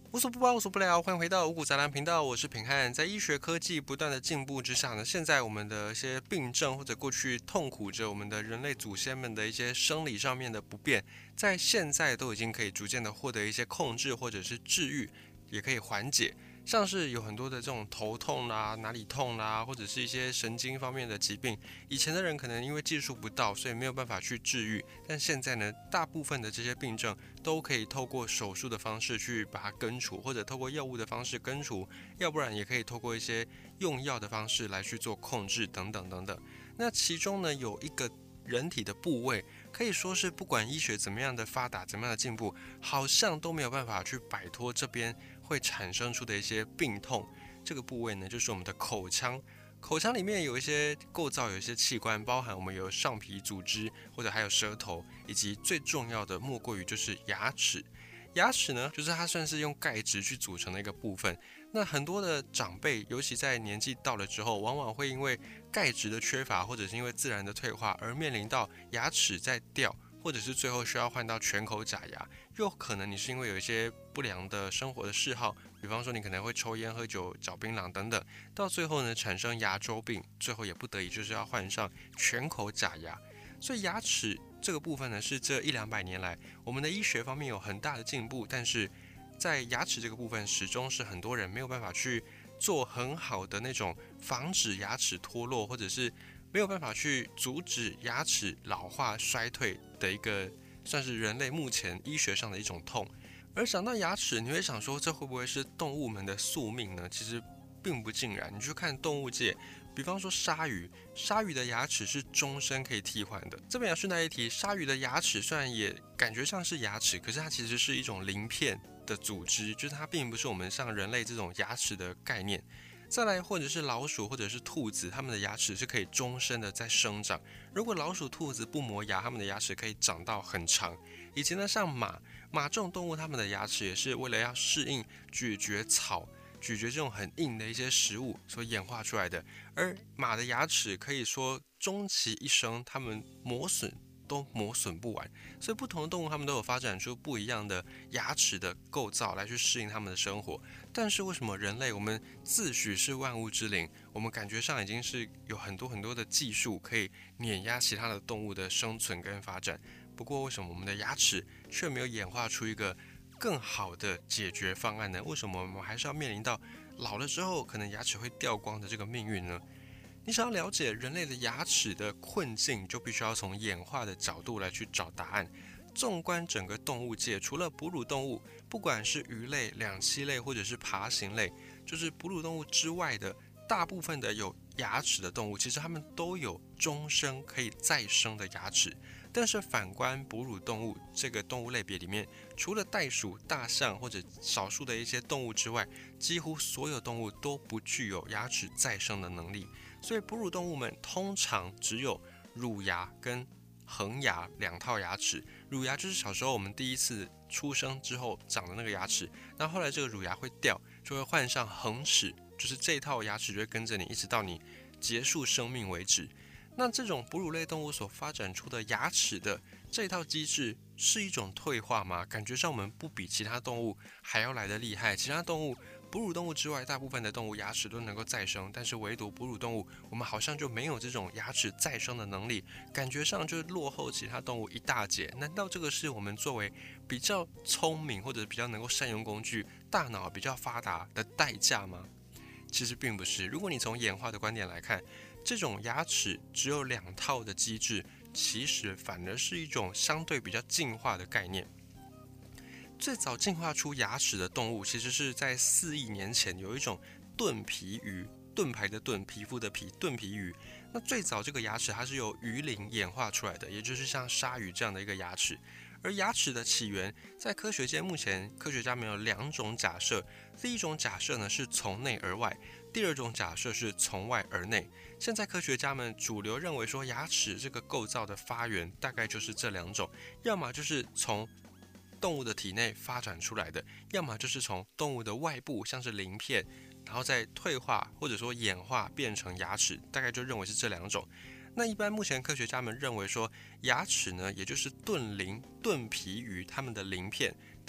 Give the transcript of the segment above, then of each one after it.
无所不包，无所不聊，欢迎回到五谷杂粮频道，我是品汉。在医学科技不断的进步之下呢，现在我们的一些病症或者过去痛苦着我们的人类祖先们的一些生理上面的不便，在现在都已经可以逐渐的获得一些控制或者是治愈，也可以缓解。像是有很多的这种头痛啦、哪里痛啦，或者是一些神经方面的疾病，以前的人可能因为技术不到，所以没有办法去治愈。但现在呢，大部分的这些病症都可以透过手术的方式去把它根除，或者透过药物的方式根除，要不然也可以透过一些用药的方式来去做控制等等等等。那其中呢，有一个人体的部位，可以说是不管医学怎么样的发达，怎么样的进步，好像都没有办法去摆脱这边会产生出的一些病痛。这个部位呢，就是我们的口腔。口腔里面有一些构造，有一些器官，包含我们有上皮组织，或者还有舌头，以及最重要的莫过于就是牙齿。牙齿呢，就是它算是用钙质去组成的一个部分。那很多的长辈，尤其在年纪到了之后，往往会因为钙质的缺乏，或者是因为自然的退化，而面临到牙齿在掉，或者是最后需要换到全口假牙。又可能你是因为有一些不良的生活的嗜好，比方说你可能会抽烟、喝酒、嚼槟榔等等，到最后呢产生牙周病，最后也不得已就是要换上全口假牙。所以牙齿这个部分呢，是这100-200年来我们的医学方面有很大的进步，但是在牙齿这个部分，始终是很多人没有办法去做很好的那种防止牙齿脱落，或者是没有办法去阻止牙齿老化衰退的一个，算是人类目前医学上的一种痛。而讲到牙齿，你会想说，这会不会是动物们的宿命呢？其实并不尽然。你去看动物界，比方说鲨鱼，鲨鱼的牙齿是终身可以替换的。这边要顺带一提，鲨鱼的牙齿虽然也感觉像是牙齿，可是它其实是一种鳞片的组织，就是它并不是我们像人类这种牙齿的概念。再来，或者是老鼠，或者是兔子，它们的牙齿是可以终身的在生长。如果老鼠、兔子不磨牙，它们的牙齿可以长到很长。以前呢，像马这种动物，它们的牙齿也是为了要适应咀嚼草、咀嚼这种很硬的一些食物所演化出来的。而马的牙齿可以说终其一生，它们磨损都磨损不完，所以不同的动物它们都有发展出不一样的牙齿的构造来去适应它们的生活。但是为什么人类我们自诩是万物之灵，我们感觉上已经是有很多很多的技术可以碾压其他的动物的生存跟发展，不过为什么我们的牙齿却没有演化出一个更好的解决方案呢？为什么我们还是要面临到老了之后可能牙齿会掉光的这个命运呢？你想要了解人类的牙齿的困境，就必须要从演化的角度来去找答案。纵观整个动物界，除了哺乳动物，不管是鱼类、两栖类或者是爬行类，就是哺乳动物之外的大部分的有牙齿的动物，其实它们都有终生可以再生的牙齿。但是反观哺乳动物这个动物类别里面，除了袋鼠、大象或者少数的一些动物之外，几乎所有动物都不具有牙齿再生的能力。所以哺乳动物们通常只有乳牙跟恒牙2套牙齿。乳牙就是小时候我们第一次出生之后长的那个牙齿，那后来这个乳牙会掉，就会换上恒齿，就是这一套牙齿就会跟着你一直到你结束生命为止。那这种哺乳类动物所发展出的牙齿的这一套机制是一种退化吗？感觉上我们不比其他动物还要来得厉害。其他动物哺乳动物之外，大部分的动物牙齿都能够再生，但是唯独哺乳动物，我们好像就没有这种牙齿再生的能力，感觉上就落后其他动物一大截。难道这个是我们作为比较聪明或者比较能够善用工具、大脑比较发达的代价吗？其实并不是。如果你从演化的观点来看，这种牙齿只有2套的机制，其实反而是一种相对比较进化的概念。最早进化出牙齿的动物，其实是在4亿年前，有一种盾皮鱼，盾牌的盾，皮肤的皮，盾皮鱼。那最早这个牙齿它是由鱼鳞演化出来的，也就是像鲨鱼这样的一个牙齿。而牙齿的起源，在科学界目前科学家们有2种假设。第一种假设呢是从内而外，第二种假设是从外而内。现在科学家们主流认为说，牙齿这个构造的发源大概就是这2种，要么就是从动物的体内发展出来的，要么就是从动物的外部，像是鳞片，然后再退化或者说演化变成牙齿，大概就认为是这2种。那一般目前科学家们认为说，牙齿呢，也就是盾鳞、盾皮鱼它们的鳞片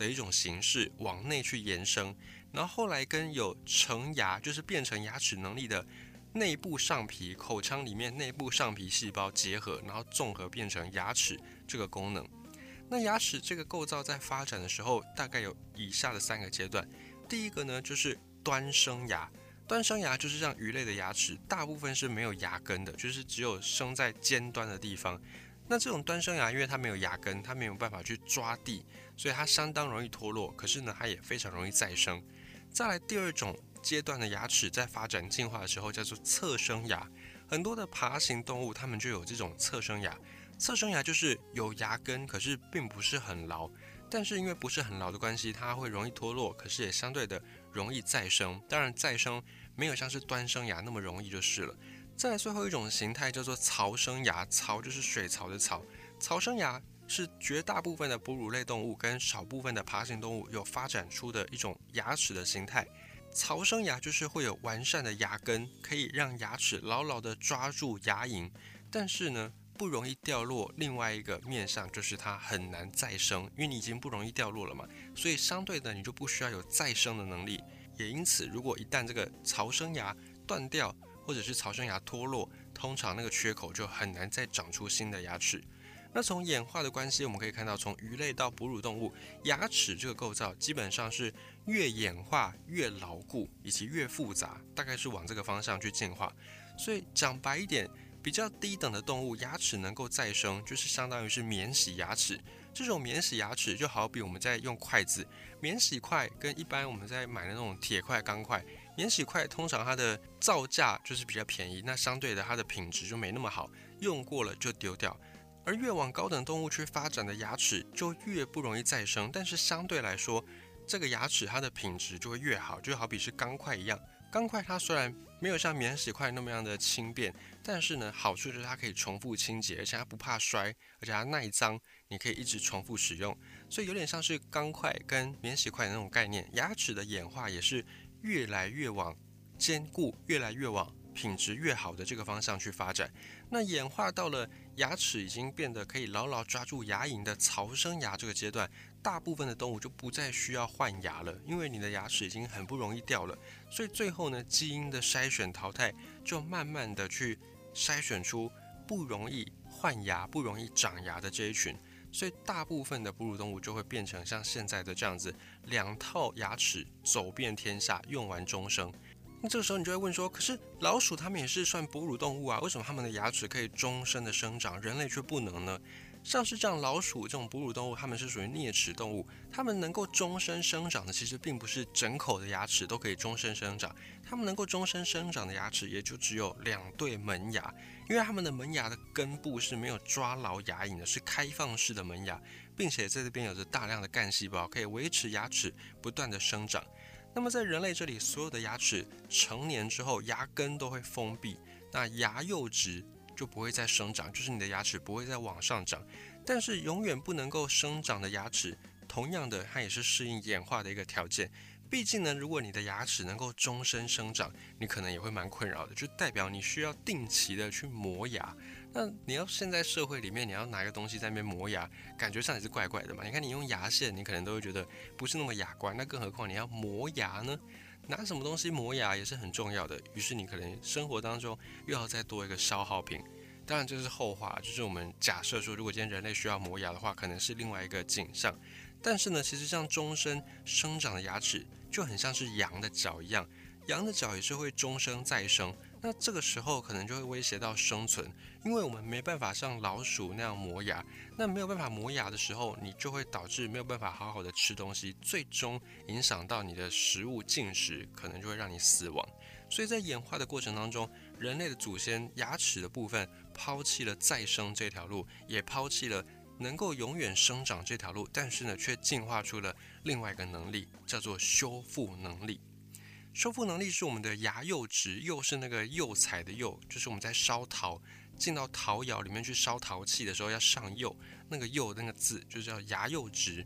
的一种形式往内去延伸，然后后来跟有成牙，就是变成牙齿能力的内部上皮口腔里面内部上皮细胞结合，然后综合变成牙齿这个功能。那牙齿这个构造在发展的时候，大概有以下的3个阶段。第一个呢，就是端生牙。端生牙就是像鱼类的牙齿，大部分是没有牙根的，就是只有生在尖端的地方。那这种端生牙，因为它没有牙根，它没有办法去抓地，所以它相当容易脱落。可是呢，它也非常容易再生。再来第2种阶段的牙齿，在发展进化的时候叫做侧生牙。很多的爬行动物，它们就有这种侧生牙。侧生牙就是有牙根，可是并不是很牢。但是因为不是很牢的关系，它会容易脱落，可是也相对的容易再生。当然再生没有像是端生牙那么容易就是了。再来最后一种形态叫做槽生牙，槽就是水槽的槽。槽生牙是绝大部分的哺乳类动物跟少部分的爬行动物有发展出的一种牙齿的形态。槽生牙就是会有完善的牙根，可以让牙齿牢牢的抓住牙龈，但是呢不容易掉落。另外一个面向就是它很难再生，因为你已经不容易掉落了嘛，所以相对的你就不需要有再生的能力。也因此，如果一旦这个槽生牙断掉，或者是槽生牙脱落，通常那个缺口就很难再长出新的牙齿。那从演化的关系，我们可以看到，从鱼类到哺乳动物，牙齿这个构造基本上是越演化越牢固，以及越复杂，大概是往这个方向去进化。所以讲白一点，比较低等的动物牙齿能够再生，就是相当于是免洗牙齿。这种免洗牙齿就好比我们在用筷子，免洗筷跟一般我们在买的那种铁块、钢块，免洗筷通常它的造价就是比较便宜，那相对的它的品质就没那么好，用过了就丢掉。而越往高等动物去发展的牙齿就越不容易再生，但是相对来说，这个牙齿它的品质就会越好，就好比是钢块一样。钢块它虽然没有像免洗筷那么样的轻便，但是呢，好处就是它可以重复清洁，而且它不怕摔，而且它耐脏，你可以一直重复使用。所以有点像是钢块跟免洗筷的那种概念，牙齿的演化也是越来越往坚固，越来越往品质越好的这个方向去发展。那演化到了牙齿已经变得可以牢牢抓住牙龈的槽生牙这个阶段，大部分的动物就不再需要换牙了，因为你的牙齿已经很不容易掉了。所以最后呢，基因的筛选淘汰就慢慢的去筛选出不容易换牙、不容易长牙的这一群。所以大部分的哺乳动物就会变成像现在的这样子，2套牙齿走遍天下，用完终生。那这个时候你就会问说，可是老鼠它们也是算哺乳动物啊，为什么它们的牙齿可以终身的生长，人类却不能呢？像是这样老鼠这种哺乳动物，它们是属于啮齿动物，它们能够终身生长的其实并不是整口的牙齿都可以终身生长，它们能够终身生长的牙齿也就只有2对门牙，因为它们的门牙的根部是没有抓牢牙龈的，是开放式的门牙，并且在这边有着大量的干细胞，可以维持牙齿不断的生长。那么在人类这里，所有的牙齿成年之后，牙根都会封闭，那牙釉质就不会再生长，就是你的牙齿不会再往上长。但是永远不能够生长的牙齿，同样的，它也是适应演化的一个条件。毕竟呢，如果你的牙齿能够终身生长，你可能也会蛮困扰的，就代表你需要定期的去磨牙。那你要现在社会里面，你要拿一个东西在那边磨牙，感觉上也是怪怪的嘛。你看你用牙线，你可能都会觉得不是那么雅观，那更何况你要磨牙呢？拿什么东西磨牙也是很重要的。于是你可能生活当中又要再多一个消耗品。当然这是后话，就是我们假设说，如果今天人类需要磨牙的话，可能是另外一个景象。但是呢，其实像终身生长的牙齿就很像是羊的脚一样，羊的脚也是会终生再生。那这个时候可能就会威胁到生存，因为我们没办法像老鼠那样磨牙。那没有办法磨牙的时候，你就会导致没有办法好好的吃东西，最终影响到你的食物进食，可能就会让你死亡。所以在演化的过程当中，人类的祖先牙齿的部分抛弃了再生这条路，也抛弃了能够永远生长这条路，但是呢，却进化出了另外一个能力，叫做修复能力。修复能力是我们的牙釉质，釉是那个釉彩的釉，就是我们在烧陶，进到陶窑里面去烧陶器的时候要上釉，那个釉那个字就叫牙釉质。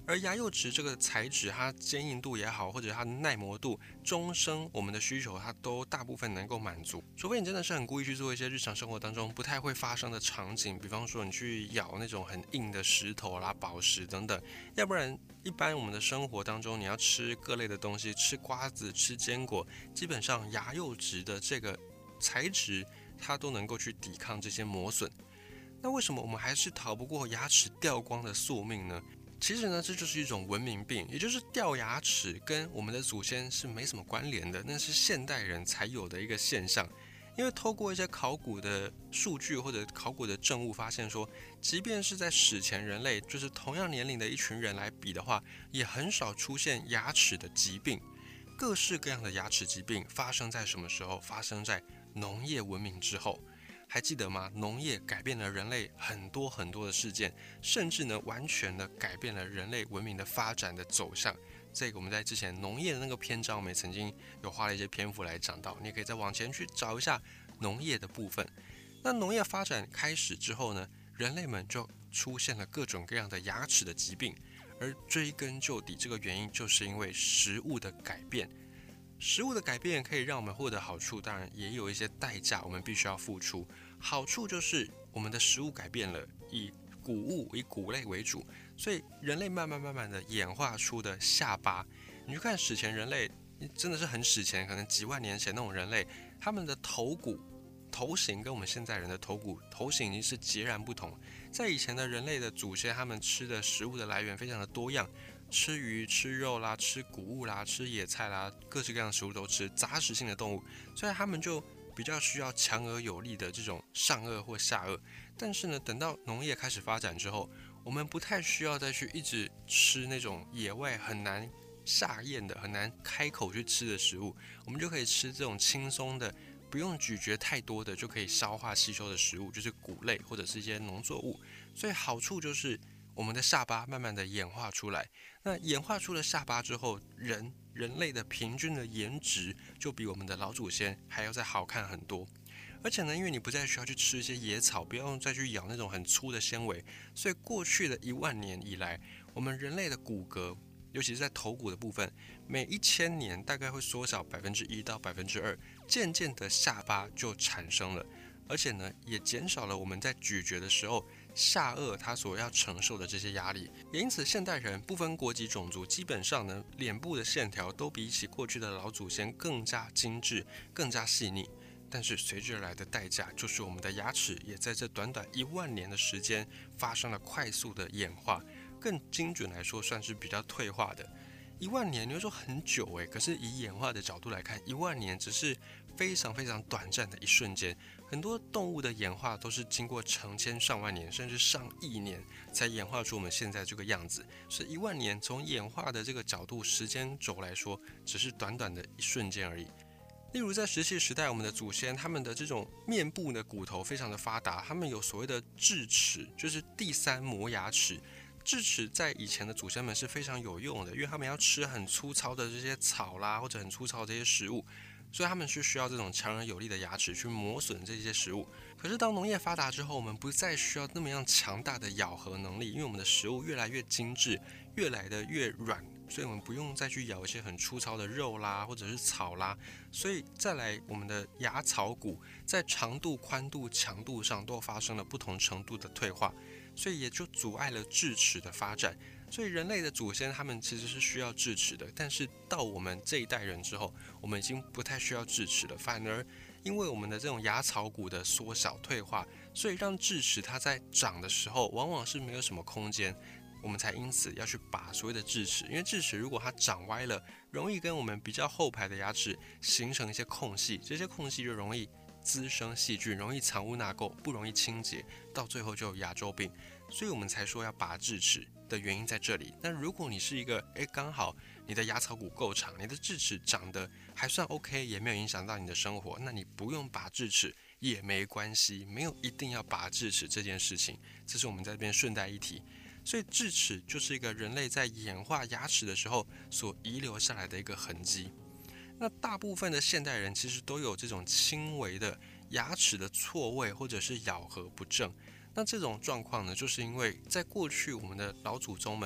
而牙釉质这个材质，它坚硬度也好，或者它的耐磨度，终生我们的需求它都大部分能够满足。除非你真的是很故意去做一些日常生活当中不太会发生的场景，比方说你去咬那种很硬的石头啦、宝石等等，要不然一般我们的生活当中，你要吃各类的东西，吃瓜子、吃坚果，基本上牙釉质的这个材质，它都能够去抵抗这些磨损。那为什么我们还是逃不过牙齿掉光的宿命呢？其实呢，这就是一种文明病，也就是掉牙齿跟我们的祖先是没什么关联的，那是现代人才有的一个现象。因为透过一些考古的数据或者考古的证物发现说，即便是在史前人类，就是同样年龄的一群人来比的话，也很少出现牙齿的疾病。各式各样的牙齿疾病发生在什么时候？发生在农业文明之后。还记得吗？农业改变了人类很多很多的事件，甚至呢完全的改变了人类文明的发展的走向。这个我们在之前农业的那个篇章，我们也曾经有花了一些篇幅来讲到，你也可以再往前去找一下农业的部分。那农业发展开始之后呢，人类们就出现了各种各样的牙齿的疾病，而追根究底，这个原因就是因为食物的改变。食物的改变可以让我们获得好处，当然也有一些代价，我们必须要付出。好处就是我们的食物改变了，以谷物、以谷类为主，所以人类慢慢的演化出的下巴。你去看史前人类，真的是很史前，可能几万年前那种人类，他们的头型跟我们现在人的头型已经是截然不同。在以前的人类的祖先，他们吃的食物的来源非常的多样。吃鱼、吃肉啦，吃谷物啦，吃野菜啦，各式各样的食物都吃，杂食性的动物，所以他们就比较需要强而有力的这种上颚或下颚。但是呢，等到农业开始发展之后，我们不太需要再去一直吃那种野外很难下咽的、很难开口去吃的食物，我们就可以吃这种轻松的，不用咀嚼太多的就可以消化吸收的食物，就是谷类或者是一些农作物。所以好处就是我们的下巴慢慢的演化出来。那演化出了下巴之后，人类的平均的颜值就比我们的老祖先还要再好看很多。而且呢，因为你不再需要去吃一些野草，不要再去咬那种很粗的纤维，所以过去的1万年以来，我们人类的骨骼，尤其是在头骨的部分，每1000年大概会缩小1%到2%，渐渐的下巴就产生了。而且呢，也减少了我们在咀嚼的时候下颚它所要承受的这些压力。也因此，现代人不分国籍种族，基本上呢，脸部的线条都比起过去的老祖先更加精致、更加细腻。但是随之而来的代价，就是我们的牙齿也在这短短1万年的时间发生了快速的演化，更精准来说，算是比较退化的。1万年，你会说很久可是以演化的角度来看，1万年只是非常非常短暂的一瞬间。很多动物的演化都是经过成千上万年，甚至上亿年，才演化出我们现在这个样子。所以1万年从演化的这个角度、时间轴来说，只是短短的一瞬间而已。例如在石器时代，我们的祖先他们的这种面部的骨头非常的发达，他们有所谓的智齿，就是第3磨牙齿。智齿在以前的祖先们是非常有用的，因为他们要吃很粗糙的这些草啦，或者很粗糙的这些食物，所以他们是需要这种强而有力的牙齿去磨损这些食物。可是当农业发达之后，我们不再需要那么样强大的咬合能力，因为我们的食物越来越精致，越来的越软，所以我们不用再去咬一些很粗糙的肉啦，或者是草啦。所以再来，我们的牙槽骨在长度、宽度、强度上都发生了不同程度的退化，所以也就阻碍了智齿的发展。所以人类的祖先他们其实是需要智齿的，但是到我们这一代人之后，我们已经不太需要智齿了，反而因为我们的这种牙槽骨的缩小退化，所以让智齿它在长的时候往往是没有什么空间，我们才因此要去拔所谓的智齿。因为智齿如果它长歪了，容易跟我们比较后排的牙齿形成一些空隙，这些空隙就容易滋生细菌，容易藏污纳垢，不容易清洁，到最后就有牙周病。所以我们才说要拔智齿的原因在这里。那如果你是一个刚好你的牙槽骨够长，你的智齿长得还算 OK， 也没有影响到你的生活，那你不用拔智齿也没关系，没有一定要拔智齿这件事情，这是我们在这边顺带一提。所以智齿就是一个人类在演化牙齿的时候所遗留下来的一个痕迹。那大部分的现代人其实都有这种轻微的牙齿的错位或者是咬合不正。那这种状况呢，就是因为在过去我们的老祖宗们，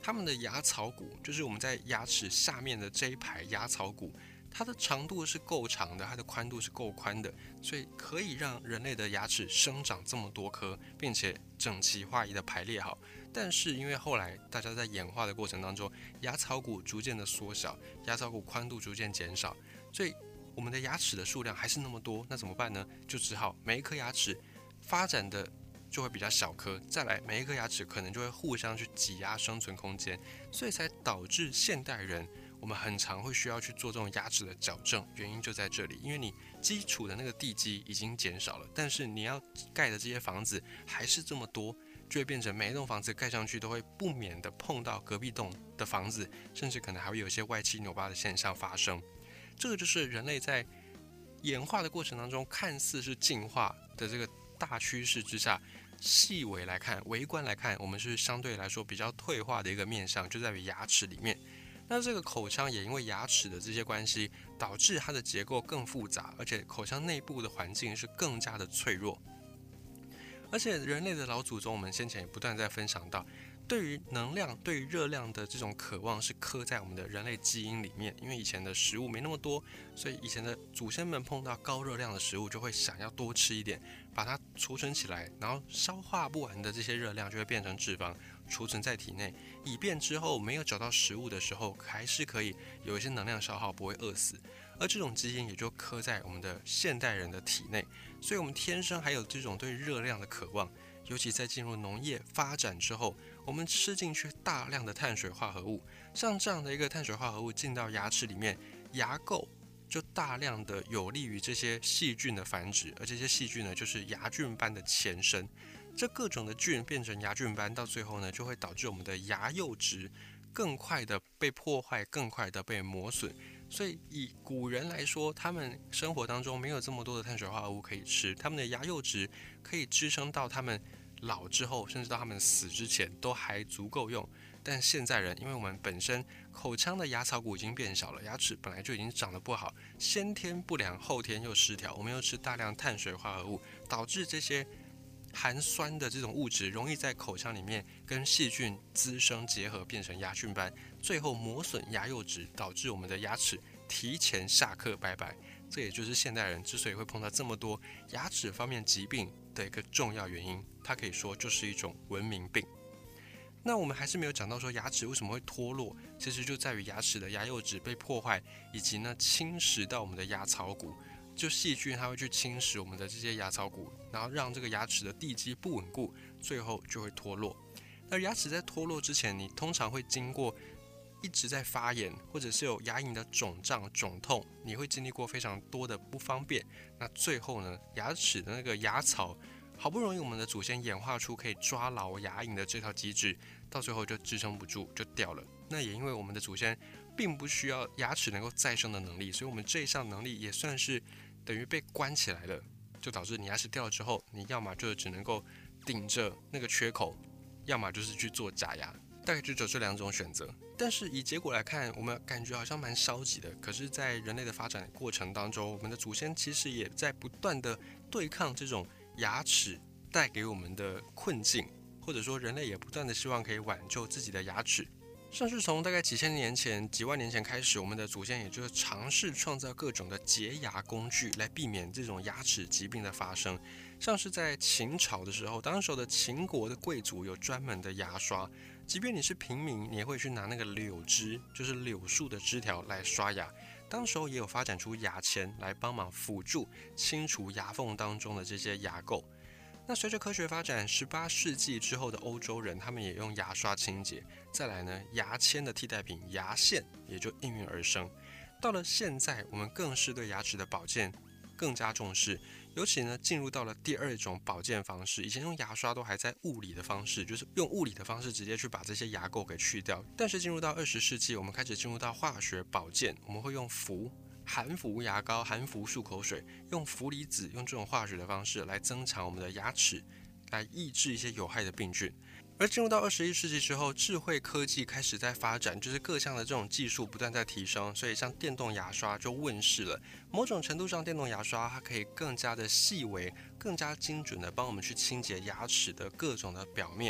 它们的牙槽骨，就是我们在牙齿下面的这一排牙槽骨，它的长度是够长的，它的宽度是够宽的，所以可以让人类的牙齿生长这么多颗，并且整齐划一的排列好。但是因为后来大家在演化的过程当中，牙槽骨逐渐的缩小，牙槽骨宽度逐渐减少，所以我们的牙齿的数量还是那么多，那怎么办呢？就只好每一颗牙齿发展的就会比较小颗，再来每一颗牙齿可能就会互相去挤压生存空间，所以才导致现代人我们很常会需要去做这种牙齿的矫正，原因就在这里，因为你基础的那个地基已经减少了，但是你要盖的这些房子还是这么多，就会变成每一栋房子盖上去都会不免的碰到隔壁栋的房子，甚至可能还会有一些歪七扭八的现象发生。这个就是人类在演化的过程当中看似是进化的这个大趋势之下，细微来看，微观来看，我们是相对来说比较退化的一个面向，就在于牙齿里面。那这个口腔也因为牙齿的这些关系，导致它的结构更复杂，而且口腔内部的环境是更加的脆弱。而且人类的老祖宗，我们先前也不断在分享到，对于能量、对于热量的这种渴望是刻在我们的人类基因里面。因为以前的食物没那么多，所以以前的祖先们碰到高热量的食物，就会想要多吃一点，把它储存起来，然后消化不完的这些热量就会变成脂肪，储存在体内，以便之后没有找到食物的时候，还是可以有一些能量消耗，不会饿死。而这种基因也就刻在我们的现代人的体内，所以我们天生还有这种对热量的渴望。尤其在进入农业发展之后，我们吃进去大量的碳水化合物，像这样的一个碳水化合物进到牙齿里面，牙垢就大量的有利于这些细菌的繁殖，而这些细菌呢，就是牙菌斑的前身。这各种的菌变成牙菌斑，到最后呢，就会导致我们的牙釉质更快的被破坏，更快的被磨损。所以以古人来说，他们生活当中没有这么多的碳水化合物可以吃，他们的牙釉质可以支撑到他们老之后，甚至到他们死之前都还足够用。但现在人，因为我们本身口腔的牙槽骨已经变小了，牙齿本来就已经长得不好，先天不良，后天又失调，我们又吃大量碳水化合物，导致这些含酸的这种物质容易在口腔里面跟细菌滋生结合，变成牙菌斑，最后磨损牙釉质，导致我们的牙齿提前下课拜拜。这也就是现代人之所以会碰到这么多牙齿方面疾病的一个重要原因，它可以说就是一种文明病。那我们还是没有讲到说牙齿为什么会脱落，其实就在于牙齿的牙釉质被破坏，以及呢侵蚀到我们的牙槽骨。就细菌它会去侵蚀我们的这些牙槽骨，然后让这个牙齿的地基不稳固，最后就会脱落。那牙齿在脱落之前，你通常会经过一直在发炎，或者是有牙龈的肿胀、肿痛，你会经历过非常多的不方便。那最后呢，牙齿的那个牙槽，好不容易我们的祖先演化出可以抓牢牙龈的这套机制，到最后就支撑不住，就掉了。那也因为我们的祖先并不需要牙齿能够再生的能力，所以我们这一项能力也算是等于被关起来了，就导致你牙齿掉了之后，你要么就只能够顶着那个缺口，要么就是去做假牙，大概就只有这两种选择。但是以结果来看，我们感觉好像蛮消极的。可是，在人类的发展过程当中，我们的祖先其实也在不断的对抗这种牙齿带给我们的困境，或者说人类也不断的希望可以挽救自己的牙齿。像是从大概几千年前、几万年前开始，我们的祖先也就是尝试创造各种的洁牙工具，来避免这种牙齿疾病的发生。像是在秦朝的时候，当时的秦国的贵族有专门的牙刷，即便你是平民，你也会去拿那个柳枝，就是柳树的枝条来刷牙。当时也有发展出牙签来帮忙辅助清除牙缝当中的这些牙垢。那随着科学发展，18世纪之后的欧洲人，他们也用牙刷清洁。再来呢，牙签的替代品牙线也就应运而生。到了现在，我们更是对牙齿的保健更加重视，尤其呢，进入到了第二种保健方式。以前用牙刷都还在物理的方式，就是用物理的方式直接去把这些牙垢给去掉。但是进入到20世纪，我们开始进入到化学保健，我们会用含氟牙膏、含氟漱口水，用氟离子，用这种化学的方式来增强我们的牙齿，来抑制一些有害的病菌。而进入到21世纪之后，智慧科技开始在发展，就是各项的这种技术不断在提升，所以像电动牙刷就问世了。某种程度上，电动牙刷它可以更加的细微、更加精准的帮我们去清洁牙齿的各种的表面，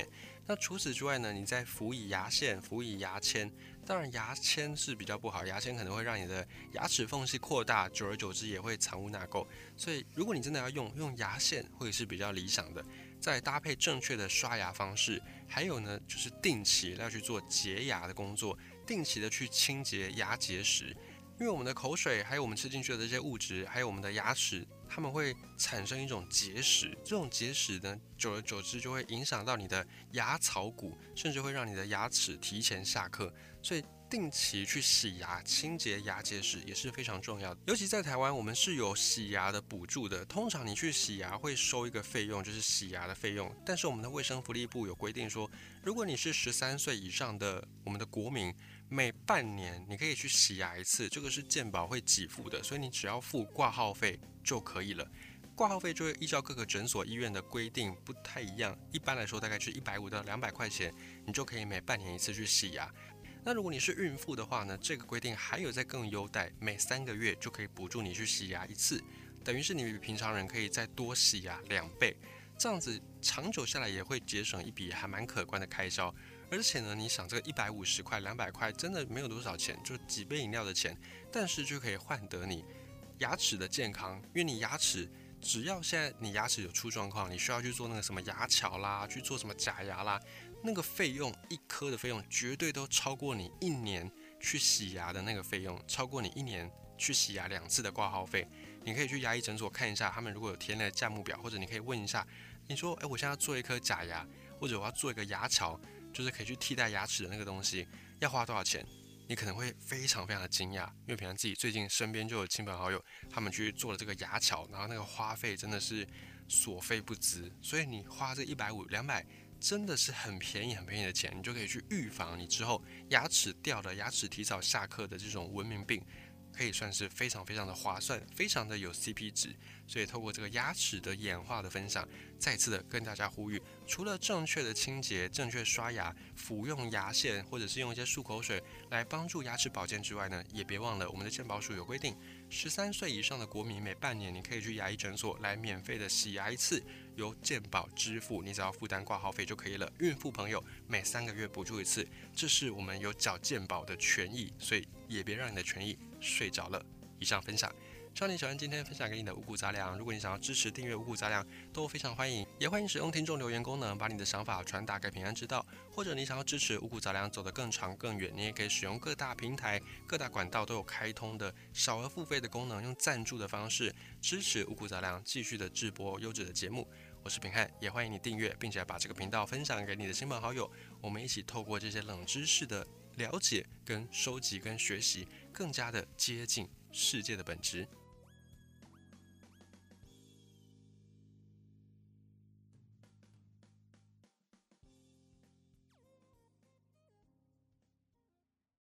那除此之外呢，你再辅以牙线、辅以牙签，当然牙签是比较不好，牙签可能会让你的牙齿缝隙扩大，久而久之也会藏污纳垢。所以如果你真的要用牙线会是比较理想的。再搭配正确的刷牙方式，还有呢就是定期要去做洁牙的工作，定期的去清洁牙结石。因为我们的口水，还有我们吃进去的这些物质，还有我们的牙齿，它们会产生一种结石。这种结石呢，久而久之就会影响到你的牙槽骨，甚至会让你的牙齿提前下课。所以定期去洗牙、清洁牙结石也是非常重要的。尤其在台湾，我们是有洗牙的补助的。通常你去洗牙会收一个费用，就是洗牙的费用。但是我们的卫生福利部有规定说，如果你是13岁以上的我们的国民，每半年你可以去洗牙一次，这个是健保会给付的，所以你只要付挂号费就可以了。挂号费就会依照各个诊所、医院的规定不太一样，一般来说大概是150到200块钱，你就可以每半年一次去洗牙。那如果你是孕妇的话呢，这个规定还有再更优待，每3个月就可以补助你去洗牙一次，等于是你比平常人可以再多洗牙2倍，这样子长久下来也会节省一笔还蛮可观的开销。而且呢，你想这个150块、200块真的没有多少钱，就几杯饮料的钱，但是就可以换得你牙齿的健康，因为你牙齿只要现在你牙齿有出状况，你需要去做那个什么牙桥啦，去做什么假牙啦，那个费用一颗的费用绝对都超过你1年去洗牙的那个费用，超过你1年去洗牙2次的挂号费。你可以去牙医诊所看一下，他们如果有填了价目表，或者你可以问一下，你说，我现在要做一颗假牙，或者我要做一个牙桥，就是可以去替代牙齿的那个东西，要花多少钱？你可能会非常非常的惊讶，因为平常自己最近身边就有亲朋好友，他们去做了这个牙桥，然后那个花费真的是所费不赀，所以你花这150、200真的是很便宜很便宜的钱，你就可以去预防你之后牙齿掉的、牙齿提早下课的这种文明病，可以算是非常非常的划算，非常的有 CP 值。所以透过这个牙齿的演化的分享，再次的跟大家呼吁，除了正确的清洁、正确刷牙、服用牙线，或者是用一些漱口水来帮助牙齿保健之外呢，也别忘了我们的健保署有规定，13岁以上的国民每半年你可以去牙医诊所来免费的洗牙一次，由健保支付，你只要负担挂号费就可以了。孕妇朋友每3个月补助一次，这是我们有缴健保的权益，所以也别让你的权益睡着了。以上分享，希望你喜欢今天分享给你的五谷杂粮。如果你想要支持订阅五谷杂粮，都非常欢迎，也欢迎使用听众留言功能，把你的想法传达给平安知道。或者你想要支持五谷杂粮走得更长更远，你也可以使用各大平台、各大管道都有开通的小额付费的功能，用赞助的方式支持五谷杂粮继续的制播优质的节目。我是平汉，也欢迎你订阅，并且把这个频道分享给你的亲朋好友。我们一起透过这些冷知识的了解、跟收集、跟学习，更加的接近世界的本质。